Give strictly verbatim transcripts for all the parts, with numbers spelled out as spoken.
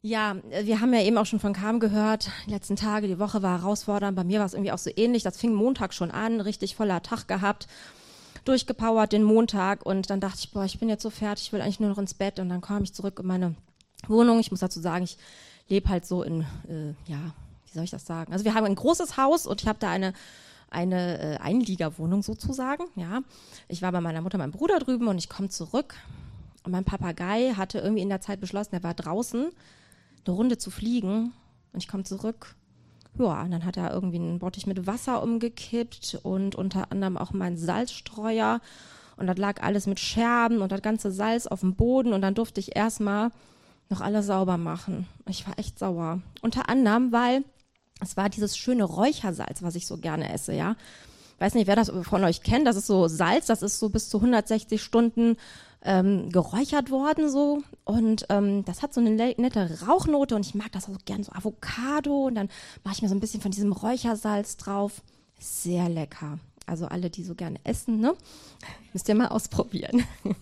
Ja, wir haben ja eben auch schon von Carmen gehört, die letzten Tage, die Woche war herausfordernd. Bei mir war es irgendwie auch so ähnlich. Das fing Montag schon an, richtig voller Tag gehabt, durchgepowert den Montag. Und dann dachte ich, boah, ich bin jetzt so fertig, ich will eigentlich nur noch ins Bett. Und dann kam ich zurück in meine Wohnung. Ich muss dazu sagen, ich lebe halt so in, äh, ja, wie soll ich das sagen? Also wir haben ein großes Haus und ich habe da eine eine äh, Einliegerwohnung sozusagen. Ja, ich war bei meiner Mutter, meinem Bruder drüben und ich komme zurück. Und mein Papagei hatte irgendwie in der Zeit beschlossen, er war draußen, eine Runde zu fliegen. Und ich komme zurück. Ja, und dann hat er irgendwie einen Bottich mit Wasser umgekippt und unter anderem auch meinen Salzstreuer. Und das lag alles mit Scherben und das ganze Salz auf dem Boden. Und dann durfte ich erstmal noch alles sauber machen. Ich war echt sauer. Unter anderem, weil es war dieses schöne Räuchersalz, was ich so gerne esse, ja. Weiß nicht, wer das von euch kennt. Das ist so Salz, das ist so bis zu hundertsechzig Stunden ähm, geräuchert worden so. Und ähm, das hat so eine nette Rauchnote und ich mag das auch gerne, so Avocado. Und dann mache ich mir so ein bisschen von diesem Räuchersalz drauf. Sehr lecker. Also alle, die so gerne essen, ne, müsst ihr mal ausprobieren.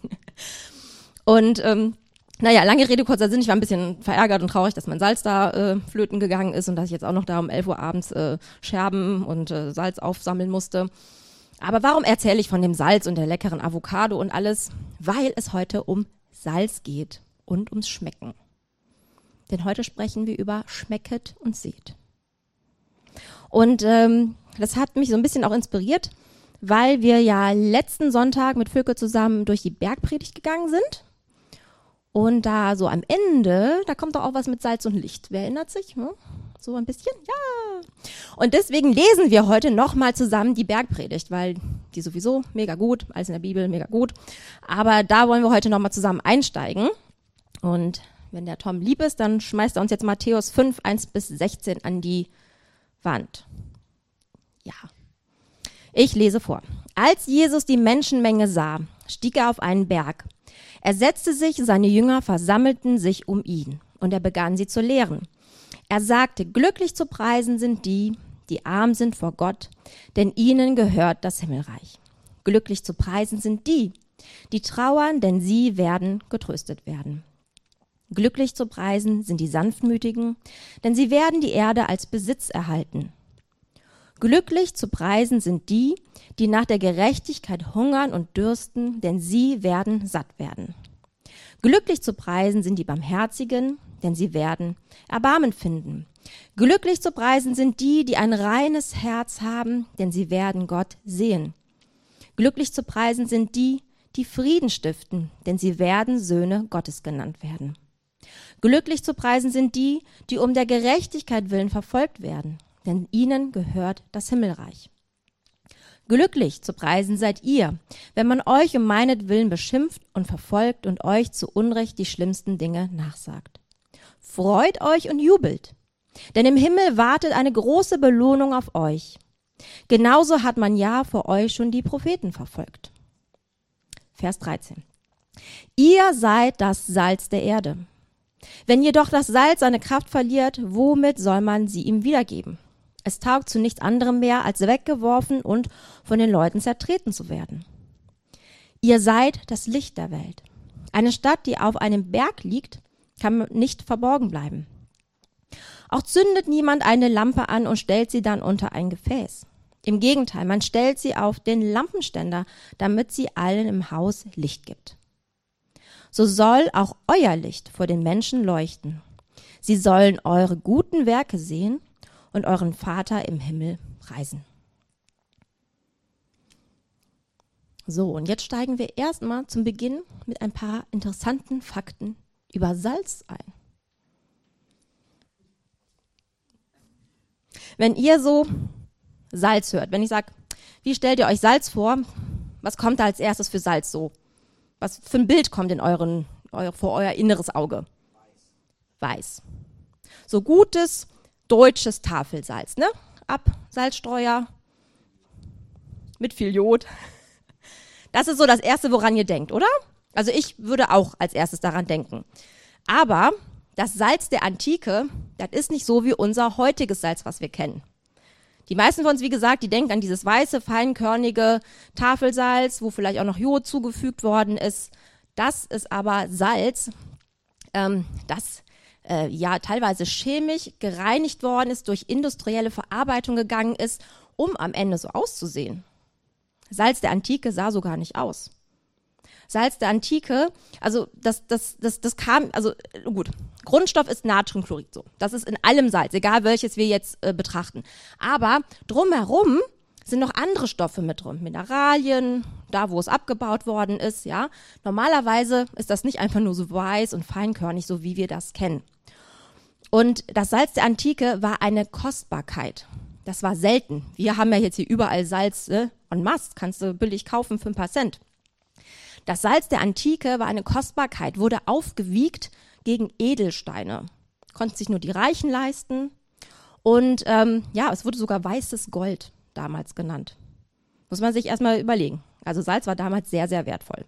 Und ähm, Naja, lange Rede, kurzer Sinn, ich war ein bisschen verärgert und traurig, dass mein Salz da äh, flöten gegangen ist und dass ich jetzt auch noch da um elf Uhr abends äh, Scherben und äh, Salz aufsammeln musste. Aber warum erzähle ich von dem Salz und der leckeren Avocado und alles? Weil es heute um Salz geht und ums Schmecken. Denn heute sprechen wir über Schmecket und seht. Und ähm, das hat mich so ein bisschen auch inspiriert, weil wir ja letzten Sonntag mit Völke zusammen durch die Bergpredigt gegangen sind. Und da so am Ende, da kommt doch auch was mit Salz und Licht. Wer erinnert sich? Hm? So ein bisschen? Ja. Und deswegen lesen wir heute nochmal zusammen die Bergpredigt, weil die sowieso mega gut, alles in der Bibel mega gut. Aber da wollen wir heute nochmal zusammen einsteigen. Und wenn der Tom lieb ist, dann schmeißt er uns jetzt Matthäus fünf, eins bis sechzehn an die Wand. Ja. Ich lese vor. Als Jesus die Menschenmenge sah, stieg er auf einen Berg. Er setzte sich, seine Jünger versammelten sich um ihn und er begann sie zu lehren. Er sagte, glücklich zu preisen sind die, die arm sind vor Gott, denn ihnen gehört das Himmelreich. Glücklich zu preisen sind die, die trauern, denn sie werden getröstet werden. Glücklich zu preisen sind die Sanftmütigen, denn sie werden die Erde als Besitz erhalten. Glücklich zu preisen sind die, die nach der Gerechtigkeit hungern und dürsten, denn sie werden satt werden. Glücklich zu preisen sind die Barmherzigen, denn sie werden Erbarmen finden. Glücklich zu preisen sind die, die ein reines Herz haben, denn sie werden Gott sehen. Glücklich zu preisen sind die, die Frieden stiften, denn sie werden Söhne Gottes genannt werden. Glücklich zu preisen sind die, die um der Gerechtigkeit willen verfolgt werden, denn ihnen gehört das Himmelreich. Glücklich zu preisen seid ihr, wenn man euch um meinetwillen beschimpft und verfolgt und euch zu Unrecht die schlimmsten Dinge nachsagt. Freut euch und jubelt, denn im Himmel wartet eine große Belohnung auf euch. Genauso hat man ja vor euch schon die Propheten verfolgt. Vers dreizehn. Ihr seid das Salz der Erde. Wenn jedoch das Salz seine Kraft verliert, womit soll man sie ihm wiedergeben? Es taugt zu nichts anderem mehr, als weggeworfen und von den Leuten zertreten zu werden. Ihr seid das Licht der Welt. Eine Stadt, die auf einem Berg liegt, kann nicht verborgen bleiben. Auch zündet niemand eine Lampe an und stellt sie dann unter ein Gefäß. Im Gegenteil, man stellt sie auf den Lampenständer, damit sie allen im Haus Licht gibt. So soll auch euer Licht vor den Menschen leuchten. Sie sollen eure guten Werke sehen und euren Vater im Himmel preisen. So, und jetzt steigen wir erstmal zum Beginn mit ein paar interessanten Fakten über Salz ein. Wenn ihr so Salz hört, wenn ich sage, wie stellt ihr euch Salz vor, was kommt da als erstes für Salz so? Was für ein Bild kommt in euren, euer, vor euer inneres Auge? Weiß. Weiß. So gutes deutsches Tafelsalz, ne? Ab Salzstreuer mit viel Jod. Das ist so das Erste, woran ihr denkt, oder? Also ich würde auch als erstes daran denken. Aber das Salz der Antike, das ist nicht so wie unser heutiges Salz, was wir kennen. Die meisten von uns, wie gesagt, die denken an dieses weiße, feinkörnige Tafelsalz, wo vielleicht auch noch Jod zugefügt worden ist. Das ist aber Salz, ähm, das äh, ja teilweise chemisch gereinigt worden ist, durch industrielle Verarbeitung gegangen ist, um am Ende so auszusehen. Salz der Antike sah so gar nicht aus. Salz der Antike, also das, das, das, das kam, also gut, Grundstoff ist Natriumchlorid, so. Das ist in allem Salz, egal welches wir jetzt äh, betrachten. Aber drumherum sind noch andere Stoffe mit drin, Mineralien, da wo es abgebaut worden ist, ja. Normalerweise ist das nicht einfach nur so weiß und feinkörnig, so wie wir das kennen. Und das Salz der Antike war eine Kostbarkeit. Das war selten. Wir haben ja jetzt hier überall Salz äh, en masse, kannst du billig kaufen für ein paar Cent. Das Salz der Antike war eine Kostbarkeit, wurde aufgewiegt gegen Edelsteine. Konnten sich nur die Reichen leisten. Und ähm, ja, es wurde sogar weißes Gold damals genannt. Muss man sich erstmal überlegen. Also Salz war damals sehr, sehr wertvoll.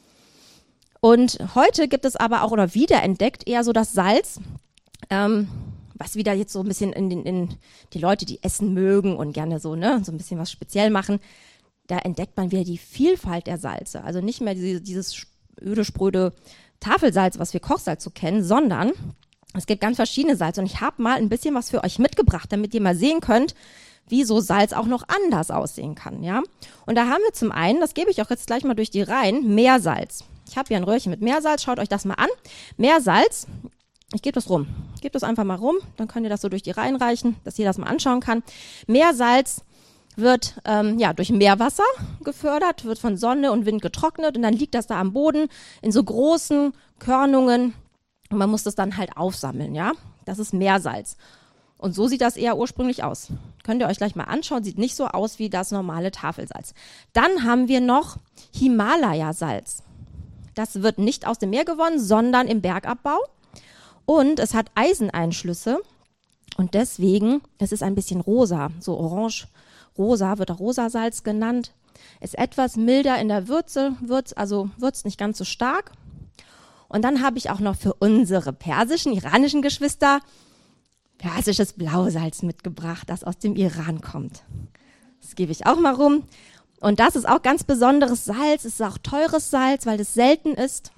Und heute gibt es aber auch, oder wiederentdeckt, eher so das Salz, ähm, was wieder jetzt so ein bisschen in, den, in die Leute, die essen mögen und gerne so, ne, so ein bisschen was speziell machen, da entdeckt man wieder die Vielfalt der Salze. Also nicht mehr diese, dieses öde, spröde Tafelsalz, was wir Kochsalz so kennen, sondern es gibt ganz verschiedene Salze. Und ich habe mal ein bisschen was für euch mitgebracht, damit ihr mal sehen könnt, wie so Salz auch noch anders aussehen kann, ja. Und da haben wir zum einen, das gebe ich auch jetzt gleich mal durch die Reihen, Meersalz. Ich habe hier ein Röhrchen mit Meersalz, schaut euch das mal an. Meersalz, ich gebe das rum, ich gebe das einfach mal rum, dann könnt ihr das so durch die Reihen reichen, dass ihr das mal anschauen kann. Meersalz wird ähm, ja durch Meerwasser gefördert, wird von Sonne und Wind getrocknet und dann liegt das da am Boden in so großen Körnungen und man muss das dann halt aufsammeln, ja. Das ist Meersalz. Und so sieht das eher ursprünglich aus. Könnt ihr euch gleich mal anschauen, sieht nicht so aus wie das normale Tafelsalz. Dann haben wir noch Himalaya-Salz. Das wird nicht aus dem Meer gewonnen, sondern im Bergabbau. Und es hat Eiseneinschlüsse und deswegen, es ist ein bisschen rosa, so orange. Rosa, wird auch Rosasalz genannt, ist etwas milder in der Würze, Würz, also würzt nicht ganz so stark. Und dann habe ich auch noch für unsere persischen, iranischen Geschwister persisches Blausalz mitgebracht, das aus dem Iran kommt. Das gebe ich auch mal rum. Und das ist auch ganz besonderes Salz, es ist auch teures Salz, weil es selten ist.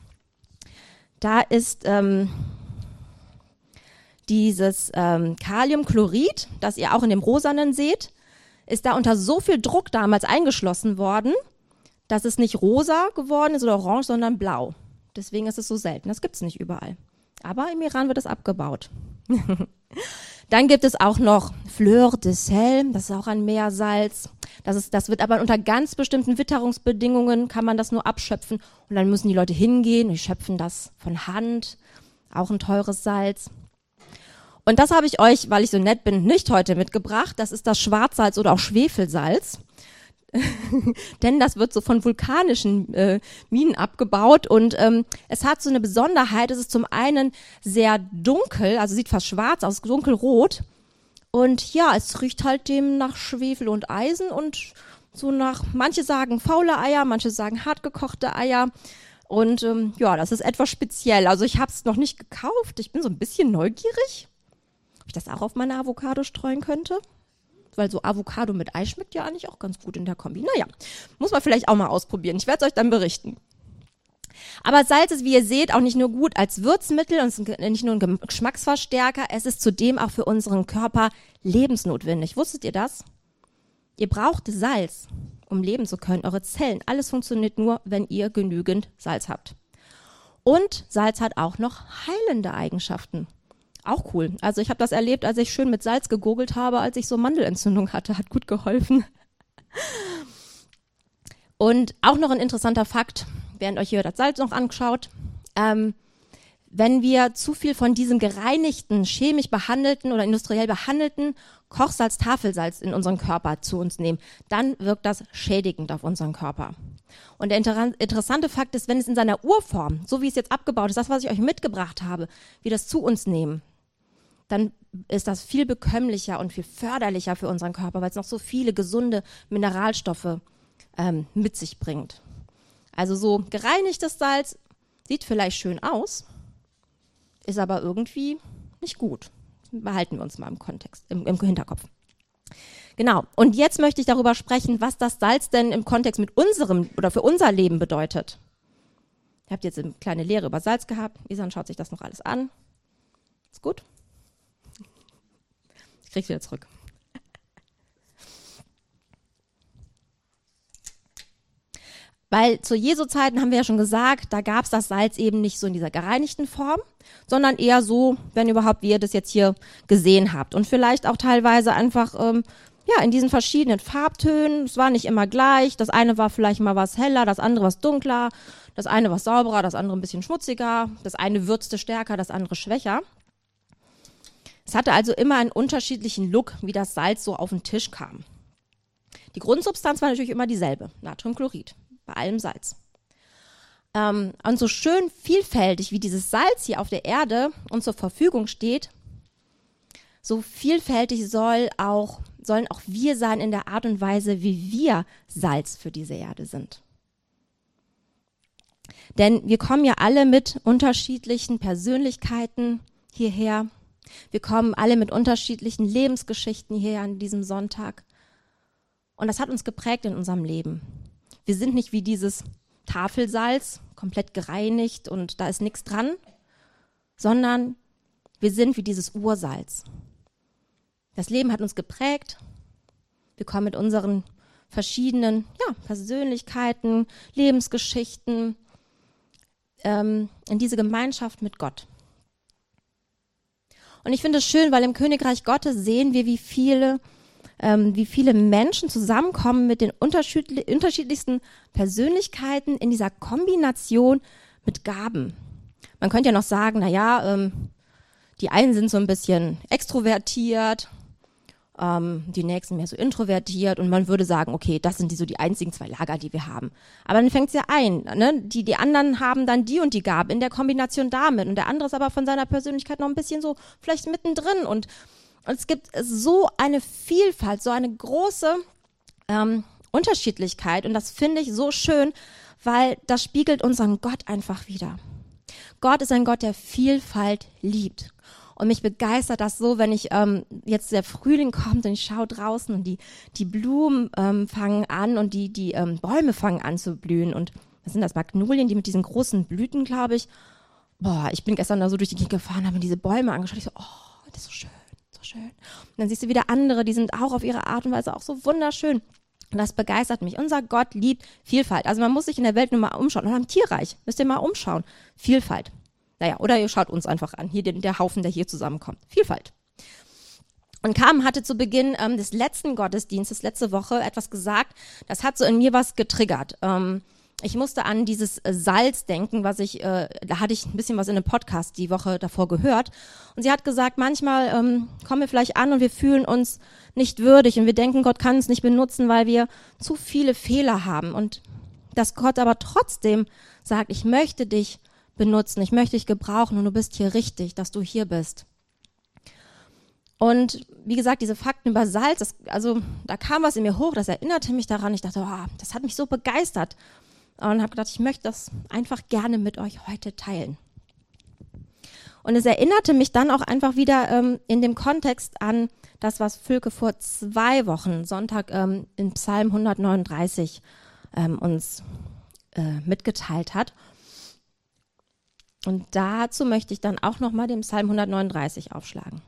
Da ist ähm, dieses ähm, Kaliumchlorid, das ihr auch in dem Rosanen seht, ist da unter so viel Druck damals eingeschlossen worden, dass es nicht rosa geworden ist oder orange, sondern blau. Deswegen ist es so selten. Das gibt es nicht überall. Aber im Iran wird es abgebaut. Dann gibt es auch noch Fleur de Sel, das ist auch ein Meersalz. Das, ist, das wird aber unter ganz bestimmten Witterungsbedingungen, kann man das nur abschöpfen. Und dann müssen die Leute hingehen und die schöpfen das von Hand. Auch ein teures Salz. Und das habe ich euch, weil ich so nett bin, nicht heute mitgebracht. Das ist das Schwarzsalz oder auch Schwefelsalz. Denn das wird so von vulkanischen äh, Minen abgebaut und ähm, es hat so eine Besonderheit. Es ist zum einen sehr dunkel, also sieht fast schwarz aus, dunkelrot. Und ja, es riecht halt dem nach Schwefel und Eisen und so nach, manche sagen faule Eier, manche sagen hartgekochte Eier. Und ähm, ja, das ist etwas speziell. Also ich habe es noch nicht gekauft. Ich bin so ein bisschen neugierig. Ob ich das auch auf meine Avocado streuen könnte? Weil so Avocado mit Ei schmeckt ja eigentlich auch ganz gut in der Kombi. Naja, muss man vielleicht auch mal ausprobieren. Ich werde es euch dann berichten. Aber Salz ist, wie ihr seht, auch nicht nur gut als Würzmittel und nicht nur ein Geschmacksverstärker. Es ist zudem auch für unseren Körper lebensnotwendig. Wusstet ihr das? Ihr braucht Salz, um leben zu können. Eure Zellen, alles funktioniert nur, wenn ihr genügend Salz habt. Und Salz hat auch noch heilende Eigenschaften. Auch cool. Also ich habe das erlebt, als ich schön mit Salz gegurgelt habe, als ich so Mandelentzündung hatte. Hat gut geholfen. Und auch noch ein interessanter Fakt, während euch hier das Salz noch anschaut. Ähm, wenn wir zu viel von diesem gereinigten, chemisch behandelten oder industriell behandelten Kochsalz, Tafelsalz in unseren Körper zu uns nehmen, dann wirkt das schädigend auf unseren Körper. Und der inter- interessante Fakt ist, wenn es in seiner Urform, so wie es jetzt abgebaut ist, das, was ich euch mitgebracht habe, wir das zu uns nehmen, dann ist das viel bekömmlicher und viel förderlicher für unseren Körper, weil es noch so viele gesunde Mineralstoffe ähm, mit sich bringt. Also so gereinigtes Salz sieht vielleicht schön aus, ist aber irgendwie nicht gut. Behalten wir uns mal im Kontext, im, im Hinterkopf. Genau. Und jetzt möchte ich darüber sprechen, was das Salz denn im Kontext mit unserem oder für unser Leben bedeutet. Ihr habt jetzt eine kleine Lehre über Salz gehabt. Isan schaut sich das noch alles an. Ist gut? Ich krieg's wieder zurück. Weil zu Jesu Zeiten haben wir ja schon gesagt, da gab es das Salz eben nicht so in dieser gereinigten Form, sondern eher so, wenn überhaupt, wie ihr das jetzt hier gesehen habt. Und vielleicht auch teilweise einfach ähm, ja in diesen verschiedenen Farbtönen. Es war nicht immer gleich. Das eine war vielleicht mal was heller, das andere was dunkler, das eine was sauberer, das andere ein bisschen schmutziger, das eine würzte stärker, das andere schwächer. Es hatte also immer einen unterschiedlichen Look, wie das Salz so auf den Tisch kam. Die Grundsubstanz war natürlich immer dieselbe, Natriumchlorid. Bei allem Salz. Ähm, und so schön vielfältig, wie dieses Salz hier auf der Erde uns zur Verfügung steht, so vielfältig soll auch, sollen auch wir sein in der Art und Weise, wie wir Salz für diese Erde sind. Denn wir kommen ja alle mit unterschiedlichen Persönlichkeiten hierher. Wir kommen alle mit unterschiedlichen Lebensgeschichten hierher an diesem Sonntag. Und das hat uns geprägt in unserem Leben. Wir sind nicht wie dieses Tafelsalz, komplett gereinigt und da ist nichts dran, sondern wir sind wie dieses Ursalz. Das Leben hat uns geprägt. Wir kommen mit unseren verschiedenen ja, Persönlichkeiten, Lebensgeschichten ähm, in diese Gemeinschaft mit Gott. Und ich finde es schön, weil im Königreich Gottes sehen wir, wie viele Ähm, wie viele Menschen zusammenkommen mit den unterschiedli- unterschiedlichsten Persönlichkeiten in dieser Kombination mit Gaben. Man könnte ja noch sagen, naja, ähm, die einen sind so ein bisschen extrovertiert, ähm, die nächsten mehr so introvertiert und man würde sagen, okay, das sind die so die einzigen zwei Lager, die wir haben. Aber dann fängt es ja ein, ne? die, die anderen haben dann die und die Gaben in der Kombination damit und der andere ist aber von seiner Persönlichkeit noch ein bisschen so vielleicht mittendrin und Und es gibt so eine Vielfalt, so eine große ähm, Unterschiedlichkeit und das finde ich so schön, weil das spiegelt unseren Gott einfach wider. Gott ist ein Gott, der Vielfalt liebt. Und mich begeistert das so, wenn ich ähm, jetzt der Frühling kommt und ich schaue draußen und die, die Blumen ähm, fangen an und die, die ähm, Bäume fangen an zu blühen. Und was sind das, Magnolien, die mit diesen großen Blüten, glaube ich. Boah, ich bin gestern da so durch die Gegend gefahren, habe mir diese Bäume angeschaut. Ich so, oh, das ist so schön. Schön. Und dann siehst du wieder andere, die sind auch auf ihre Art und Weise auch so wunderschön. Und das begeistert mich. Unser Gott liebt Vielfalt. Also man muss sich in der Welt nur mal umschauen. Und am Tierreich müsst ihr mal umschauen. Vielfalt. Naja, oder ihr schaut uns einfach an. Hier den, der Haufen, der hier zusammenkommt. Vielfalt. Und Carmen hatte zu Beginn ähm, des letzten Gottesdienstes, letzte Woche, etwas gesagt. Das hat so in mir was getriggert. Ähm, Ich musste an dieses Salz denken, was ich, äh, da hatte ich ein bisschen was in einem Podcast die Woche davor gehört. Und sie hat gesagt, manchmal ähm, kommen wir vielleicht an und wir fühlen uns nicht würdig und wir denken, Gott kann uns nicht benutzen, weil wir zu viele Fehler haben. Und dass Gott aber trotzdem sagt, ich möchte dich benutzen, ich möchte dich gebrauchen und du bist hier richtig, dass du hier bist. Und wie gesagt, diese Fakten über Salz, das, also da kam was in mir hoch, das erinnerte mich daran. Ich dachte, oh, das hat mich so begeistert. Und habe gedacht, ich möchte das einfach gerne mit euch heute teilen. Und es erinnerte mich dann auch einfach wieder ähm, in dem Kontext an das, was Völke vor zwei Wochen, Sonntag, ähm, in Psalm hundertneununddreißig ähm, uns äh, mitgeteilt hat. Und dazu möchte ich dann auch nochmal den Psalm hundertneununddreißig aufschlagen.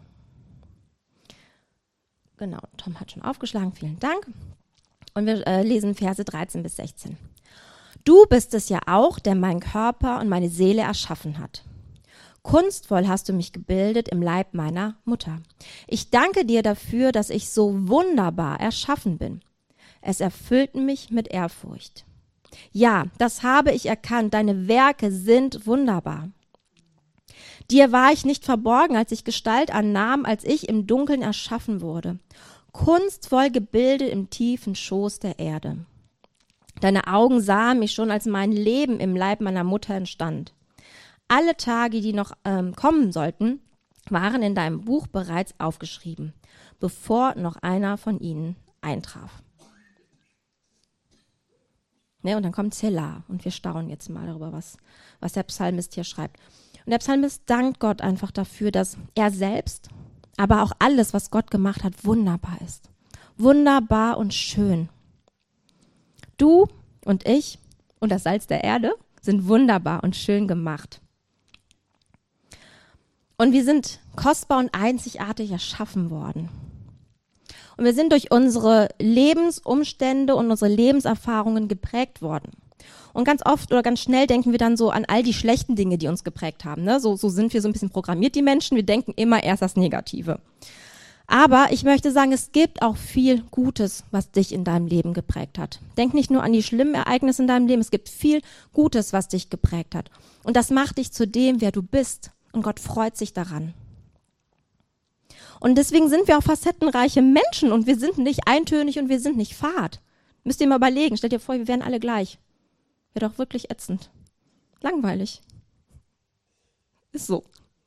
Genau, Tom hat schon aufgeschlagen, vielen Dank. Und wir äh, lesen Verse dreizehn bis sechzehn. Du bist es ja auch, der meinen Körper und meine Seele erschaffen hat. Kunstvoll hast du mich gebildet im Leib meiner Mutter. Ich danke dir dafür, dass ich so wunderbar erschaffen bin. Es erfüllt mich mit Ehrfurcht. Ja, das habe ich erkannt, deine Werke sind wunderbar. Dir war ich nicht verborgen, als ich Gestalt annahm, als ich im Dunkeln erschaffen wurde. Kunstvoll gebildet im tiefen Schoß der Erde. Deine Augen sahen mich schon, als mein Leben im Leib meiner Mutter entstand. Alle Tage, die noch ähm, kommen sollten, waren in deinem Buch bereits aufgeschrieben, bevor noch einer von ihnen eintraf. Ne, und dann kommt Selah und wir staunen jetzt mal darüber, was, was der Psalmist hier schreibt. Und der Psalmist dankt Gott einfach dafür, dass er selbst, aber auch alles, was Gott gemacht hat, wunderbar ist. Wunderbar und schön. Du und ich und das Salz der Erde sind wunderbar und schön gemacht. Und wir sind kostbar und einzigartig erschaffen worden. Und wir sind durch unsere Lebensumstände und unsere Lebenserfahrungen geprägt worden. Und ganz oft oder ganz schnell denken wir dann so an all die schlechten Dinge, die uns geprägt haben. Ne? So, so sind wir so ein bisschen programmiert, die Menschen. Wir denken immer erst das Negative. Aber ich möchte sagen, es gibt auch viel Gutes, was dich in deinem Leben geprägt hat. Denk nicht nur an die schlimmen Ereignisse in deinem Leben, es gibt viel Gutes, was dich geprägt hat. Und das macht dich zu dem, wer du bist. Und Gott freut sich daran. Und deswegen sind wir auch facettenreiche Menschen und wir sind nicht eintönig und wir sind nicht fad. Müsst ihr mal überlegen, stellt ihr vor, wir wären alle gleich. Wäre doch wirklich ätzend. Langweilig. Ist so.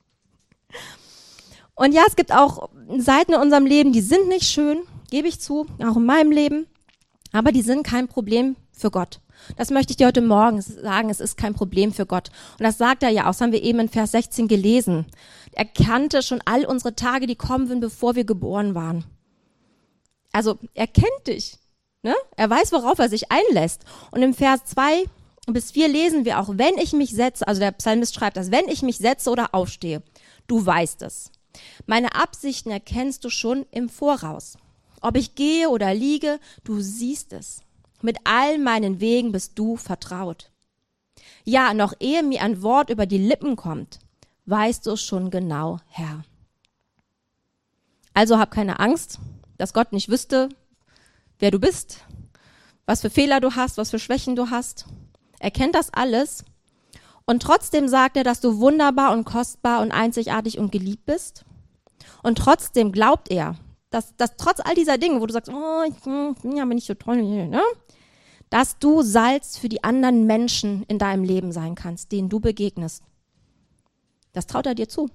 Und ja, es gibt auch Seiten in unserem Leben, die sind nicht schön, gebe ich zu, auch in meinem Leben, aber die sind kein Problem für Gott. Das möchte ich dir heute Morgen sagen, es ist kein Problem für Gott. Und das sagt er ja auch, das haben wir eben in Vers sechzehn gelesen. Er kannte schon all unsere Tage, die kommen würden, bevor wir geboren waren. Also er kennt dich, ne? Er weiß, worauf er sich einlässt. Und im Vers zwei bis vier lesen wir auch, wenn ich mich setze, also der Psalmist schreibt das, wenn ich mich setze oder aufstehe, du weißt es. Meine Absichten erkennst du schon im Voraus. Ob ich gehe oder liege, du siehst es. Mit all meinen Wegen bist du vertraut. Ja, noch ehe mir ein Wort über die Lippen kommt, weißt du es schon genau, Herr. Also hab keine Angst, dass Gott nicht wüsste, wer du bist, was für Fehler du hast, was für Schwächen du hast. Er kennt das alles und trotzdem sagt er, dass du wunderbar und kostbar und einzigartig und geliebt bist. Und trotzdem glaubt er, dass, dass trotz all dieser Dinge, wo du sagst, oh, ich bin ja aber nicht so toll, ne? Dass du Salz für die anderen Menschen in deinem Leben sein kannst, denen du begegnest. Das traut er dir zu.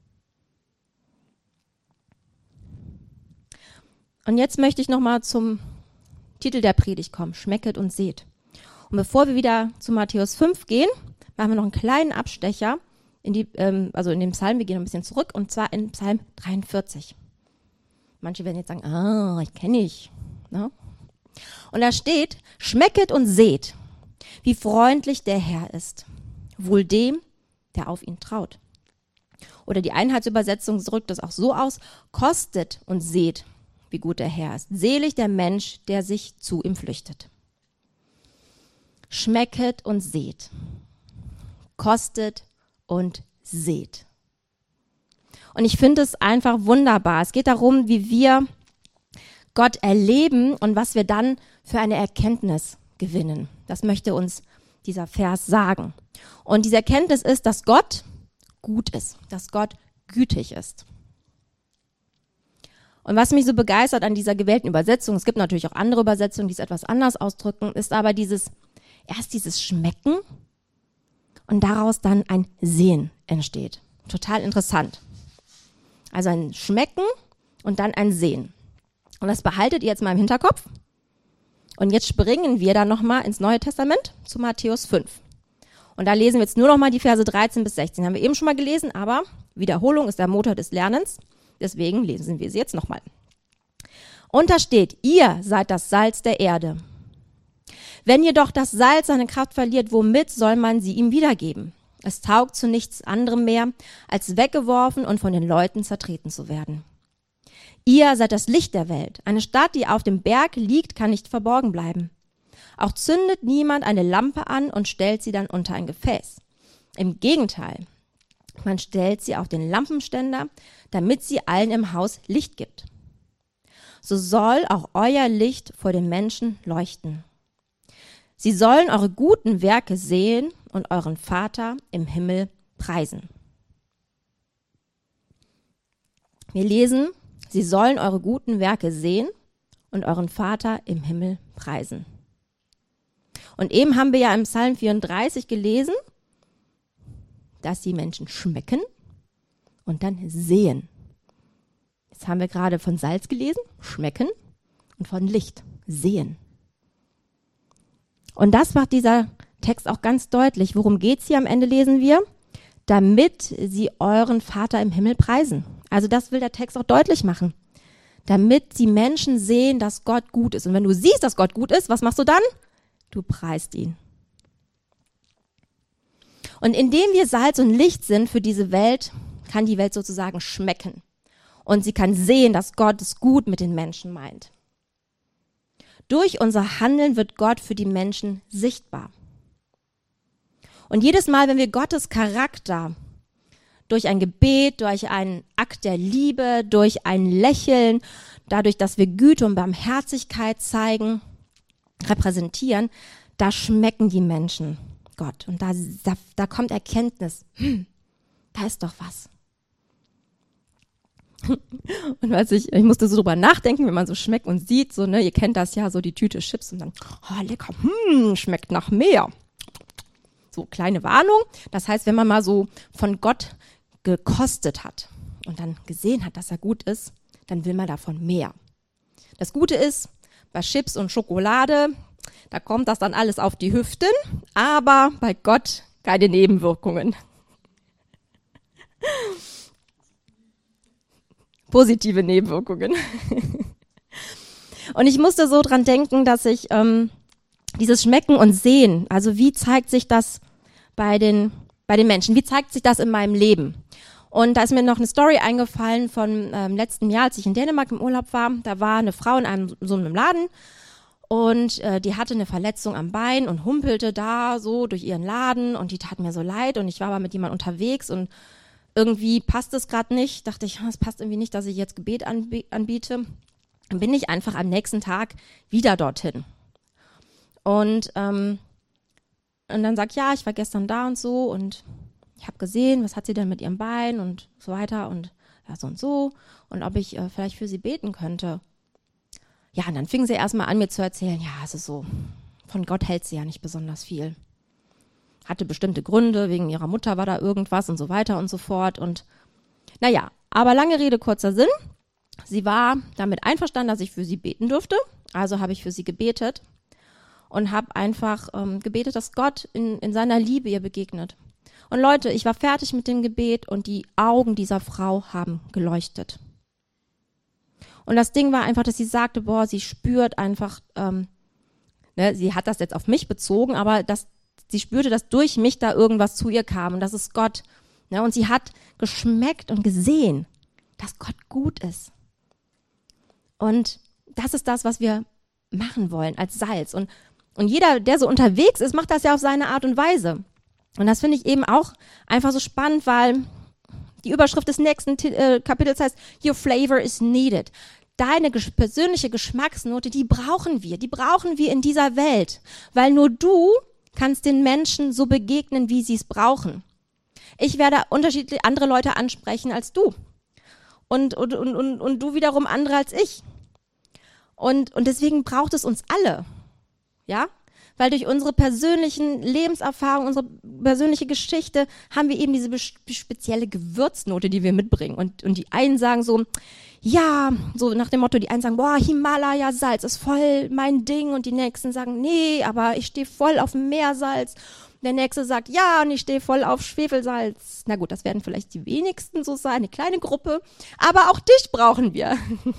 Und jetzt möchte ich nochmal zum Titel der Predigt kommen, Schmecket und seht. Und bevor wir wieder zu Matthäus fünf gehen, machen wir noch einen kleinen Abstecher in die, ähm, also in den Psalm, wir gehen noch ein bisschen zurück, und zwar in Psalm dreiundvierzig. Manche werden jetzt sagen, ah, ich kenne ich. Ne? Und da steht, schmecket und seht, wie freundlich der Herr ist, wohl dem, der auf ihn traut. Oder die Einheitsübersetzung drückt es auch so aus, kostet und seht, wie gut der Herr ist. Selig der Mensch, der sich zu ihm flüchtet. Schmecket und seht, kostet und seht. Und ich finde es einfach wunderbar. Es geht darum, wie wir Gott erleben und was wir dann für eine Erkenntnis gewinnen. Das möchte uns dieser Vers sagen. Und diese Erkenntnis ist, dass Gott gut ist, dass Gott gütig ist. Und was mich so begeistert an dieser gewählten Übersetzung, es gibt natürlich auch andere Übersetzungen, die es etwas anders ausdrücken, ist aber dieses, erst dieses Schmecken und daraus dann ein Sehen entsteht. Total interessant. Also ein Schmecken und dann ein Sehen. Und das behaltet ihr jetzt mal im Hinterkopf. Und jetzt springen wir dann nochmal ins Neue Testament zu Matthäus fünf. Und da lesen wir jetzt nur nochmal die Verse dreizehn bis sechzehn. Haben wir eben schon mal gelesen, aber Wiederholung ist der Motor des Lernens. Deswegen lesen wir sie jetzt nochmal. Und da steht, ihr seid das Salz der Erde. Wenn jedoch das Salz seine Kraft verliert, womit soll man sie ihm wiedergeben? Es taugt zu nichts anderem mehr, als weggeworfen und von den Leuten zertreten zu werden. Ihr seid das Licht der Welt. Eine Stadt, die auf dem Berg liegt, kann nicht verborgen bleiben. Auch zündet niemand eine Lampe an und stellt sie dann unter ein Gefäß. Im Gegenteil, man stellt sie auf den Lampenständer, damit sie allen im Haus Licht gibt. So soll auch euer Licht vor den Menschen leuchten. Sie sollen eure guten Werke sehen und euren Vater im Himmel preisen. Wir lesen, sie sollen eure guten Werke sehen und euren Vater im Himmel preisen. Und eben haben wir ja im Psalm vierunddreißig gelesen, dass die Menschen schmecken und dann sehen. Jetzt haben wir gerade von Salz gelesen, schmecken, und von Licht, sehen. Und das macht dieser Text auch ganz deutlich. Worum geht's hier am Ende, lesen wir? Damit sie euren Vater im Himmel preisen. Also das will der Text auch deutlich machen. Damit die Menschen sehen, dass Gott gut ist. Und wenn du siehst, dass Gott gut ist, was machst du dann? Du preist ihn. Und indem wir Salz und Licht sind für diese Welt, kann die Welt sozusagen schmecken. Und sie kann sehen, dass Gott es gut mit den Menschen meint. Durch unser Handeln wird Gott für die Menschen sichtbar. Und jedes Mal, wenn wir Gottes Charakter durch ein Gebet, durch einen Akt der Liebe, durch ein Lächeln, dadurch, dass wir Güte und Barmherzigkeit zeigen, repräsentieren, da schmecken die Menschen Gott. Und da, da, da kommt Erkenntnis. Hm, da ist doch was. Und was ich, ich musste so drüber nachdenken, wenn man so schmeckt und sieht, so, ne, ihr kennt das ja, so die Tüte Chips und dann, oh, lecker, hm, schmeckt nach mehr. So, kleine Warnung. Das heißt, wenn man mal so von Gott gekostet hat und dann gesehen hat, dass er gut ist, dann will man davon mehr. Das Gute ist, bei Chips und Schokolade, da kommt das dann alles auf die Hüften, aber bei Gott keine Nebenwirkungen. Positive Nebenwirkungen. Und ich musste so dran denken, dass ich ähm, dieses Schmecken und Sehen, also wie zeigt sich das bei den, bei den Menschen, wie zeigt sich das in meinem Leben? Und da ist mir noch eine Story eingefallen von ähm, letzten Jahr, als ich in Dänemark im Urlaub war. Da war eine Frau in einem so einem Laden und äh, die hatte eine Verletzung am Bein und humpelte da so durch ihren Laden und die tat mir so leid und ich war aber mit jemandem unterwegs und irgendwie passt es gerade nicht. Dachte ich, es passt irgendwie nicht, dass ich jetzt Gebet anb- anbiete. Dann bin ich einfach am nächsten Tag wieder dorthin. Und, ähm, und dann sag ich, ja, ich war gestern da und so und ich habe gesehen, was hat sie denn mit ihrem Bein und so weiter und ja, so und so und ob ich äh, vielleicht für sie beten könnte. Ja, und dann fing sie erstmal an, mir zu erzählen, ja, also so, von Gott hält sie ja nicht besonders viel. Hatte bestimmte Gründe, wegen ihrer Mutter war da irgendwas und so weiter und so fort. Und naja, aber lange Rede, kurzer Sinn. Sie war damit einverstanden, dass ich für sie beten durfte. Also habe ich für sie gebetet und habe einfach ähm, gebetet, dass Gott in, in seiner Liebe ihr begegnet. Und Leute, ich war fertig mit dem Gebet und die Augen dieser Frau haben geleuchtet. Und das Ding war einfach, dass sie sagte, boah, sie spürt einfach, ähm, ne, sie hat das jetzt auf mich bezogen, aber das Sie spürte, dass durch mich da irgendwas zu ihr kam und das ist Gott. Ne? Und sie hat geschmeckt und gesehen, dass Gott gut ist. Und das ist das, was wir machen wollen als Salz. Und, und jeder, der so unterwegs ist, macht das ja auf seine Art und Weise. Und das finde ich eben auch einfach so spannend, weil die Überschrift des nächsten äh, Kapitels heißt, Your flavor is needed. Deine ges- persönliche Geschmacksnote, die brauchen wir. Die brauchen wir in dieser Welt. Weil nur du kannst den Menschen so begegnen, wie sie es brauchen. Ich werde unterschiedliche andere Leute ansprechen als du. Und, und, und, und, und du wiederum andere als ich. Und, und deswegen braucht es uns alle. Ja? Weil durch unsere persönlichen Lebenserfahrungen, unsere persönliche Geschichte haben wir eben diese be- spezielle Gewürznote, die wir mitbringen. Und, und die einen sagen so, ja, so nach dem Motto, die einen sagen, boah, Himalaya-Salz ist voll mein Ding. Und die nächsten sagen, nee, aber ich stehe voll auf Meersalz. Der nächste sagt, ja, und ich stehe voll auf Schwefelsalz. Na gut, das werden vielleicht die wenigsten so sein, eine kleine Gruppe. Aber auch dich brauchen wir.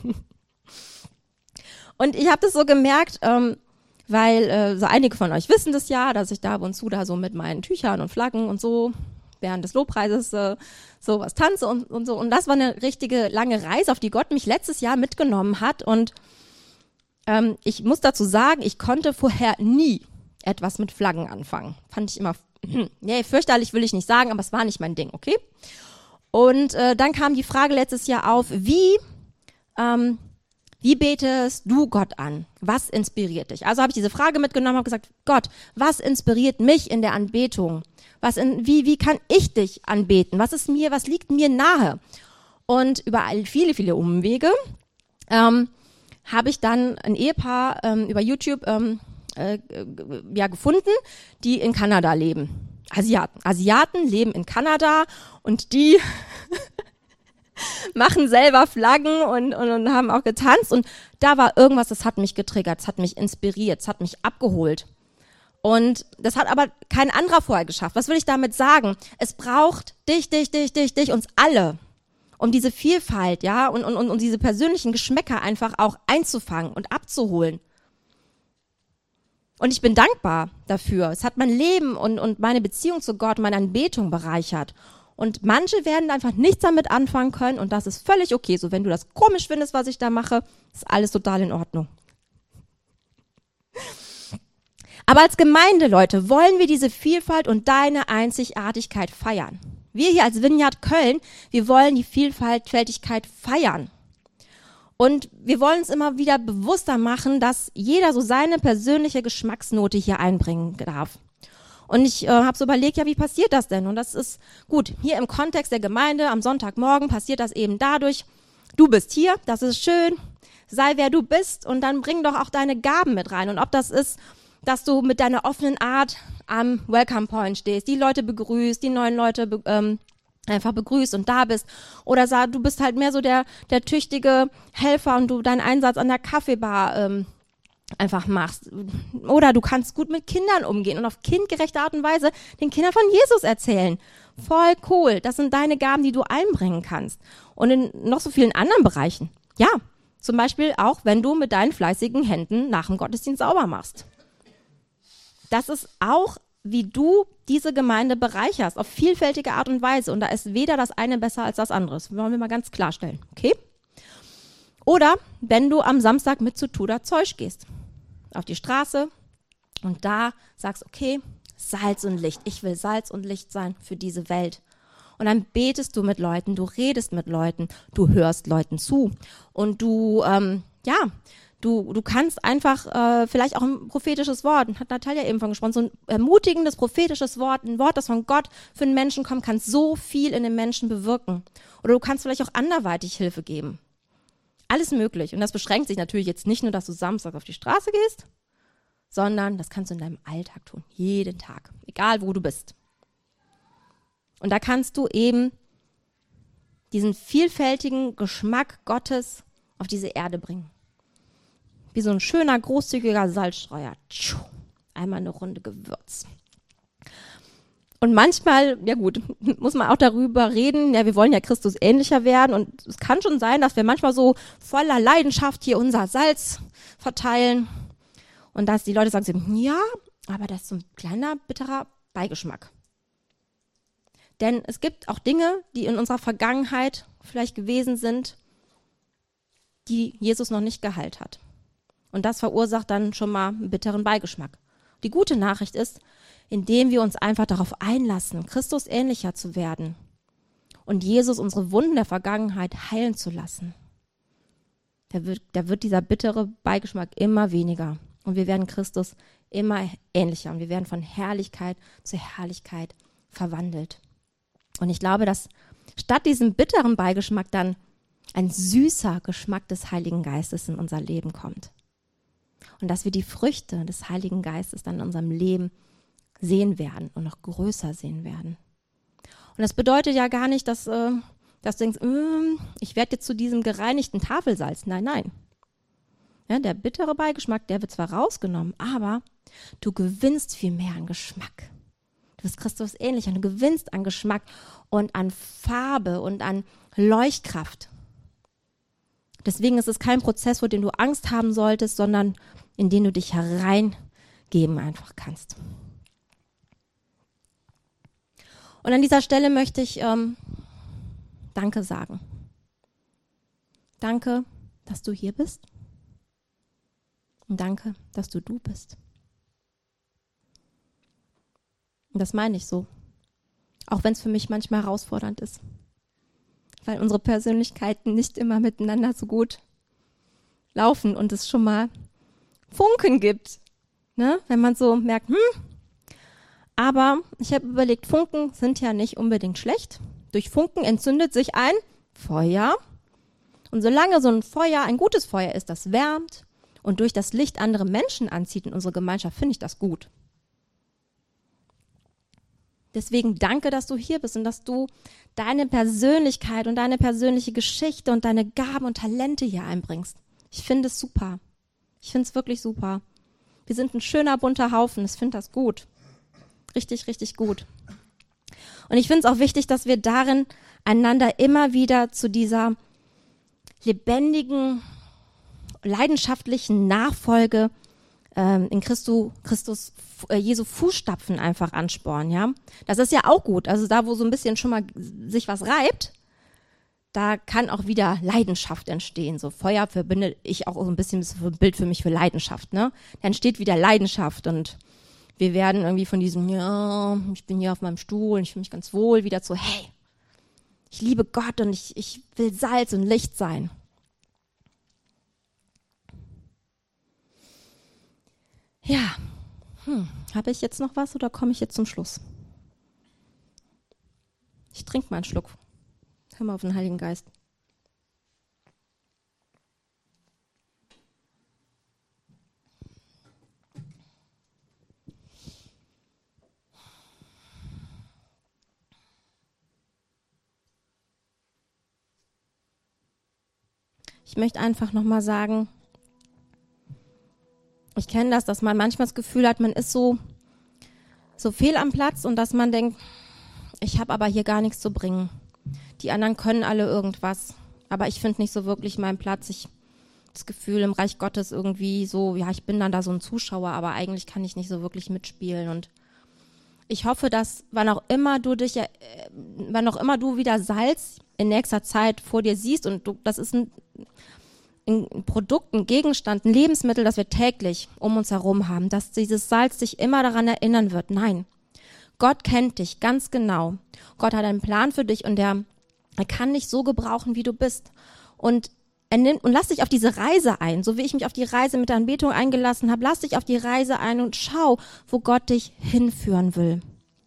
Und ich habe das so gemerkt, ähm, weil äh, so einige von euch wissen das ja, dass ich da ab und zu da so mit meinen Tüchern und Flaggen und so während des Lobpreises äh, sowas tanze und, und so. Und das war eine richtige lange Reise, auf die Gott mich letztes Jahr mitgenommen hat. Und ähm, ich muss dazu sagen, ich konnte vorher nie etwas mit Flaggen anfangen. Fand ich immer, nee, fürchterlich will ich nicht sagen, aber es war nicht mein Ding, okay? Und äh, dann kam die Frage letztes Jahr auf, wie, ähm, wie betest du Gott an? Was inspiriert dich? Also habe ich diese Frage mitgenommen und habe gesagt, Gott, was inspiriert mich in der Anbetung? Was in, wie, wie kann ich dich anbeten? Was ist mir, was liegt mir nahe? Und über viele, viele Umwege ähm, habe ich dann ein Ehepaar ähm, über YouTube ähm, äh, ja, gefunden, die in Kanada leben. Asiaten. Asiaten leben in Kanada und die machen selber Flaggen und, und, und haben auch getanzt. Und da war irgendwas, das hat mich getriggert, das hat mich inspiriert, das hat mich abgeholt. Und das hat aber kein anderer vorher geschafft. Was will ich damit sagen? Es braucht dich, dich, dich, dich, dich, uns alle, um diese Vielfalt, ja, und, und, und diese persönlichen Geschmäcker einfach auch einzufangen und abzuholen. Und ich bin dankbar dafür. Es hat mein Leben und, und meine Beziehung zu Gott, meine Anbetung bereichert. Und manche werden einfach nichts damit anfangen können und das ist völlig okay. So, wenn du das komisch findest, was ich da mache, ist alles total in Ordnung. Aber als Gemeinde, Leute, wollen wir diese Vielfalt und deine Einzigartigkeit feiern. Wir hier als Vineyard Köln, wir wollen die Vielfältigkeit feiern. Und wir wollen uns immer wieder bewusster machen, dass jeder so seine persönliche Geschmacksnote hier einbringen darf. Und ich äh, habe so überlegt, ja, wie passiert das denn? Und das ist gut, hier im Kontext der Gemeinde am Sonntagmorgen passiert das eben dadurch, du bist hier, das ist schön, sei wer du bist und dann bring doch auch deine Gaben mit rein. Und ob das ist, dass du mit deiner offenen Art am Welcome Point stehst, die Leute begrüßt, die neuen Leute be- ähm, einfach begrüßt und da bist. Oder sag, du bist halt mehr so der, der tüchtige Helfer und du deinen Einsatz an der Kaffeebar ähm, einfach machst. Oder du kannst gut mit Kindern umgehen und auf kindgerechte Art und Weise den Kindern von Jesus erzählen. Voll cool. Das sind deine Gaben, die du einbringen kannst. Und in noch so vielen anderen Bereichen. Ja, zum Beispiel auch, wenn du mit deinen fleißigen Händen nach dem Gottesdienst sauber machst. Das ist auch, wie du diese Gemeinde bereicherst, auf vielfältige Art und Weise. Und da ist weder das eine besser als das andere. Das wollen wir mal ganz klarstellen, okay? Oder wenn du am Samstag mit zu Tudor Zeug gehst, auf die Straße und da sagst, okay, Salz und Licht. Ich will Salz und Licht sein für diese Welt. Und dann betest du mit Leuten, du redest mit Leuten, du hörst Leuten zu. Und du, ähm, ja, Du, du kannst einfach äh, vielleicht auch ein prophetisches Wort, hat Natalia eben von gesprochen, so ein ermutigendes prophetisches Wort, ein Wort, das von Gott für einen Menschen kommt, kann so viel in den Menschen bewirken. Oder du kannst vielleicht auch anderweitig Hilfe geben. Alles möglich. Und das beschränkt sich natürlich jetzt nicht nur, dass du samstags auf die Straße gehst, sondern das kannst du in deinem Alltag tun, jeden Tag, egal wo du bist. Und da kannst du eben diesen vielfältigen Geschmack Gottes auf diese Erde bringen. Wie so ein schöner, großzügiger Salzstreuer. Einmal eine Runde Gewürz. Und manchmal, ja gut, muss man auch darüber reden, ja, wir wollen ja Christus ähnlicher werden und es kann schon sein, dass wir manchmal so voller Leidenschaft hier unser Salz verteilen und dass die Leute sagen, ja, aber das ist so ein kleiner, bitterer Beigeschmack. Denn es gibt auch Dinge, die in unserer Vergangenheit vielleicht gewesen sind, die Jesus noch nicht geheilt hat. Und das verursacht dann schon mal einen bitteren Beigeschmack. Die gute Nachricht ist, indem wir uns einfach darauf einlassen, Christus ähnlicher zu werden und Jesus unsere Wunden der Vergangenheit heilen zu lassen, da wird, da wird dieser bittere Beigeschmack immer weniger. Und wir werden Christus immer ähnlicher und wir werden von Herrlichkeit zu Herrlichkeit verwandelt. Und ich glaube, dass statt diesem bitteren Beigeschmack dann ein süßer Geschmack des Heiligen Geistes in unser Leben kommt. Und dass wir die Früchte des Heiligen Geistes dann in unserem Leben sehen werden und noch größer sehen werden. Und das bedeutet ja gar nicht, dass, äh, dass du denkst, mm, ich werde jetzt zu diesem gereinigten Tafelsalz. Nein, nein. Ja, der bittere Beigeschmack, der wird zwar rausgenommen, aber du gewinnst viel mehr an Geschmack. Du bist Christus ähnlich und du gewinnst an Geschmack und an Farbe und an Leuchtkraft. Deswegen ist es kein Prozess, vor dem du Angst haben solltest, sondern in den du dich hereingeben einfach kannst. Und an dieser Stelle möchte ich ähm, Danke sagen. Danke, dass du hier bist. Und danke, dass du du bist. Und das meine ich so. Auch wenn es für mich manchmal herausfordernd ist. Weil unsere Persönlichkeiten nicht immer miteinander so gut laufen und es schon mal Funken gibt. Ne? Wenn man so merkt, hm, aber ich habe überlegt, Funken sind ja nicht unbedingt schlecht. Durch Funken entzündet sich ein Feuer. Und solange so ein Feuer ein gutes Feuer ist, das wärmt und durch das Licht andere Menschen anzieht in unsere Gemeinschaft, finde ich das gut. Deswegen danke, dass du hier bist und dass du deine Persönlichkeit und deine persönliche Geschichte und deine Gaben und Talente hier einbringst. Ich finde es super. Ich finde es wirklich super. Wir sind ein schöner, bunter Haufen. Ich finde das gut. Richtig, richtig gut. Und ich finde es auch wichtig, dass wir darin einander immer wieder zu dieser lebendigen, leidenschaftlichen Nachfolge ähm, in Christu, Christus, äh, Jesu Fußstapfen einfach anspornen, ja. Das ist ja auch gut. Also da, wo so ein bisschen schon mal sich was reibt, da kann auch wieder Leidenschaft entstehen. So Feuer verbinde ich auch so ein bisschen das Bild für mich für Leidenschaft, ne? Da entsteht wieder Leidenschaft und wir werden irgendwie von diesem, ja, ich bin hier auf meinem Stuhl und ich fühle mich ganz wohl, wieder zu, hey, ich liebe Gott und ich, ich will Salz und Licht sein. Ja, hm. Habe ich jetzt noch was oder komme ich jetzt zum Schluss? Ich trinke mal einen Schluck. Hör mal auf den Heiligen Geist. Ich möchte einfach nochmal sagen, ich kenne das, dass man manchmal das Gefühl hat, man ist so, so fehl am Platz und dass man denkt, ich habe aber hier gar nichts zu bringen. Die anderen können alle irgendwas, aber ich finde nicht so wirklich meinen Platz. Ich habe das Gefühl, im Reich Gottes irgendwie so, ja, ich bin dann da so ein Zuschauer, aber eigentlich kann ich nicht so wirklich mitspielen. Und ich hoffe, dass wann auch immer du dich, äh, wann auch immer du wieder Salz in nächster Zeit vor dir siehst und du, das ist ein, ein Produkt, ein Gegenstand, ein Lebensmittel, das wir täglich um uns herum haben, dass dieses Salz dich immer daran erinnern wird. Nein, Gott kennt dich ganz genau. Gott hat einen Plan für dich und der, er kann dich so gebrauchen, wie du bist. Und er nimmt, und lass dich auf diese Reise ein, so wie ich mich auf die Reise mit der Anbetung eingelassen habe. Lass dich auf die Reise ein und schau, wo Gott dich hinführen will.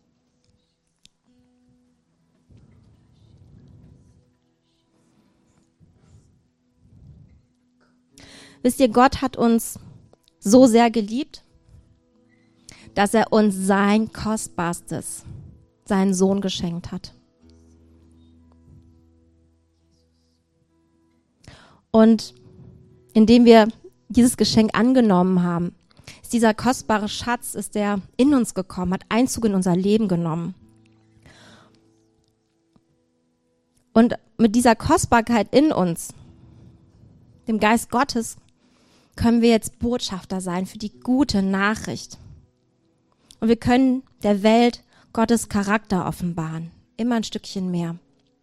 Wisst ihr, Gott hat uns so sehr geliebt, dass er uns sein Kostbarstes, seinen Sohn geschenkt hat. Und indem wir dieses Geschenk angenommen haben, ist dieser kostbare Schatz, ist der in uns gekommen, hat Einzug in unser Leben genommen. Und mit dieser Kostbarkeit in uns, dem Geist Gottes, können wir jetzt Botschafter sein für die gute Nachricht. Und wir können der Welt Gottes Charakter offenbaren. Immer ein Stückchen mehr.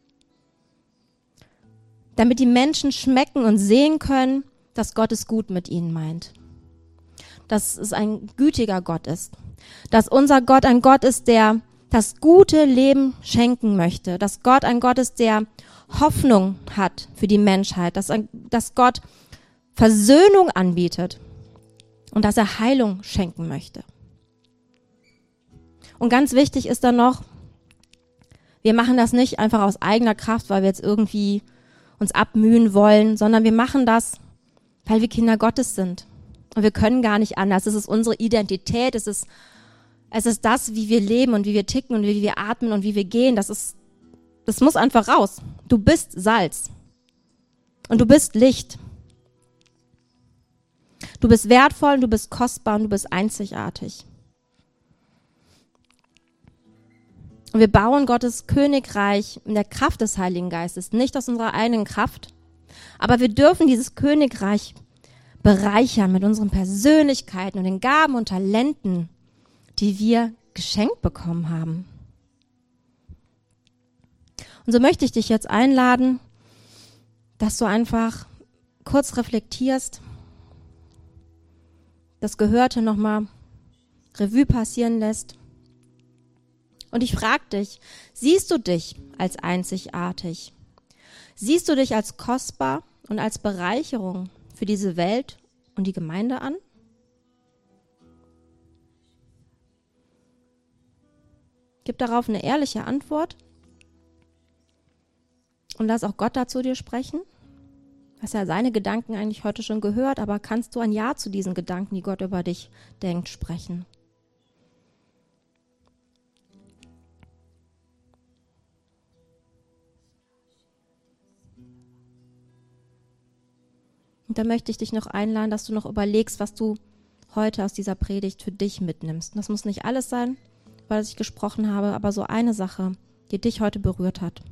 Damit die Menschen schmecken und sehen können, dass Gott es gut mit ihnen meint. Dass es ein gütiger Gott ist. Dass unser Gott ein Gott ist, der das gute Leben schenken möchte. Dass Gott ein Gott ist, der Hoffnung hat für die Menschheit. Dass, ein, dass Gott Versöhnung anbietet und dass er Heilung schenken möchte. Und ganz wichtig ist dann noch, wir machen das nicht einfach aus eigener Kraft, weil wir jetzt irgendwie uns abmühen wollen, sondern wir machen das, weil wir Kinder Gottes sind. Und wir können gar nicht anders. Es ist unsere Identität, es ist, es ist das, wie wir leben und wie wir ticken und wie wir atmen und wie wir gehen. Das ist, das muss einfach raus. Du bist Salz. Und du bist Licht. Du bist wertvoll, du bist kostbar und du bist einzigartig. Und wir bauen Gottes Königreich in der Kraft des Heiligen Geistes, nicht aus unserer eigenen Kraft. Aber wir dürfen dieses Königreich bereichern mit unseren Persönlichkeiten und den Gaben und Talenten, die wir geschenkt bekommen haben. Und so möchte ich dich jetzt einladen, dass du einfach kurz reflektierst, das Gehörte nochmal Revue passieren lässt. Und ich frage dich, siehst du dich als einzigartig? Siehst du dich als kostbar und als Bereicherung für diese Welt und die Gemeinde an? Gib darauf eine ehrliche Antwort und lass auch Gott dazu dir sprechen. Du hast ja seine Gedanken eigentlich heute schon gehört, aber kannst du ein Ja zu diesen Gedanken, die Gott über dich denkt, sprechen? Und da möchte ich dich noch einladen, dass du noch überlegst, was du heute aus dieser Predigt für dich mitnimmst. Und das muss nicht alles sein, was ich gesprochen habe, aber so eine Sache, die dich heute berührt hat.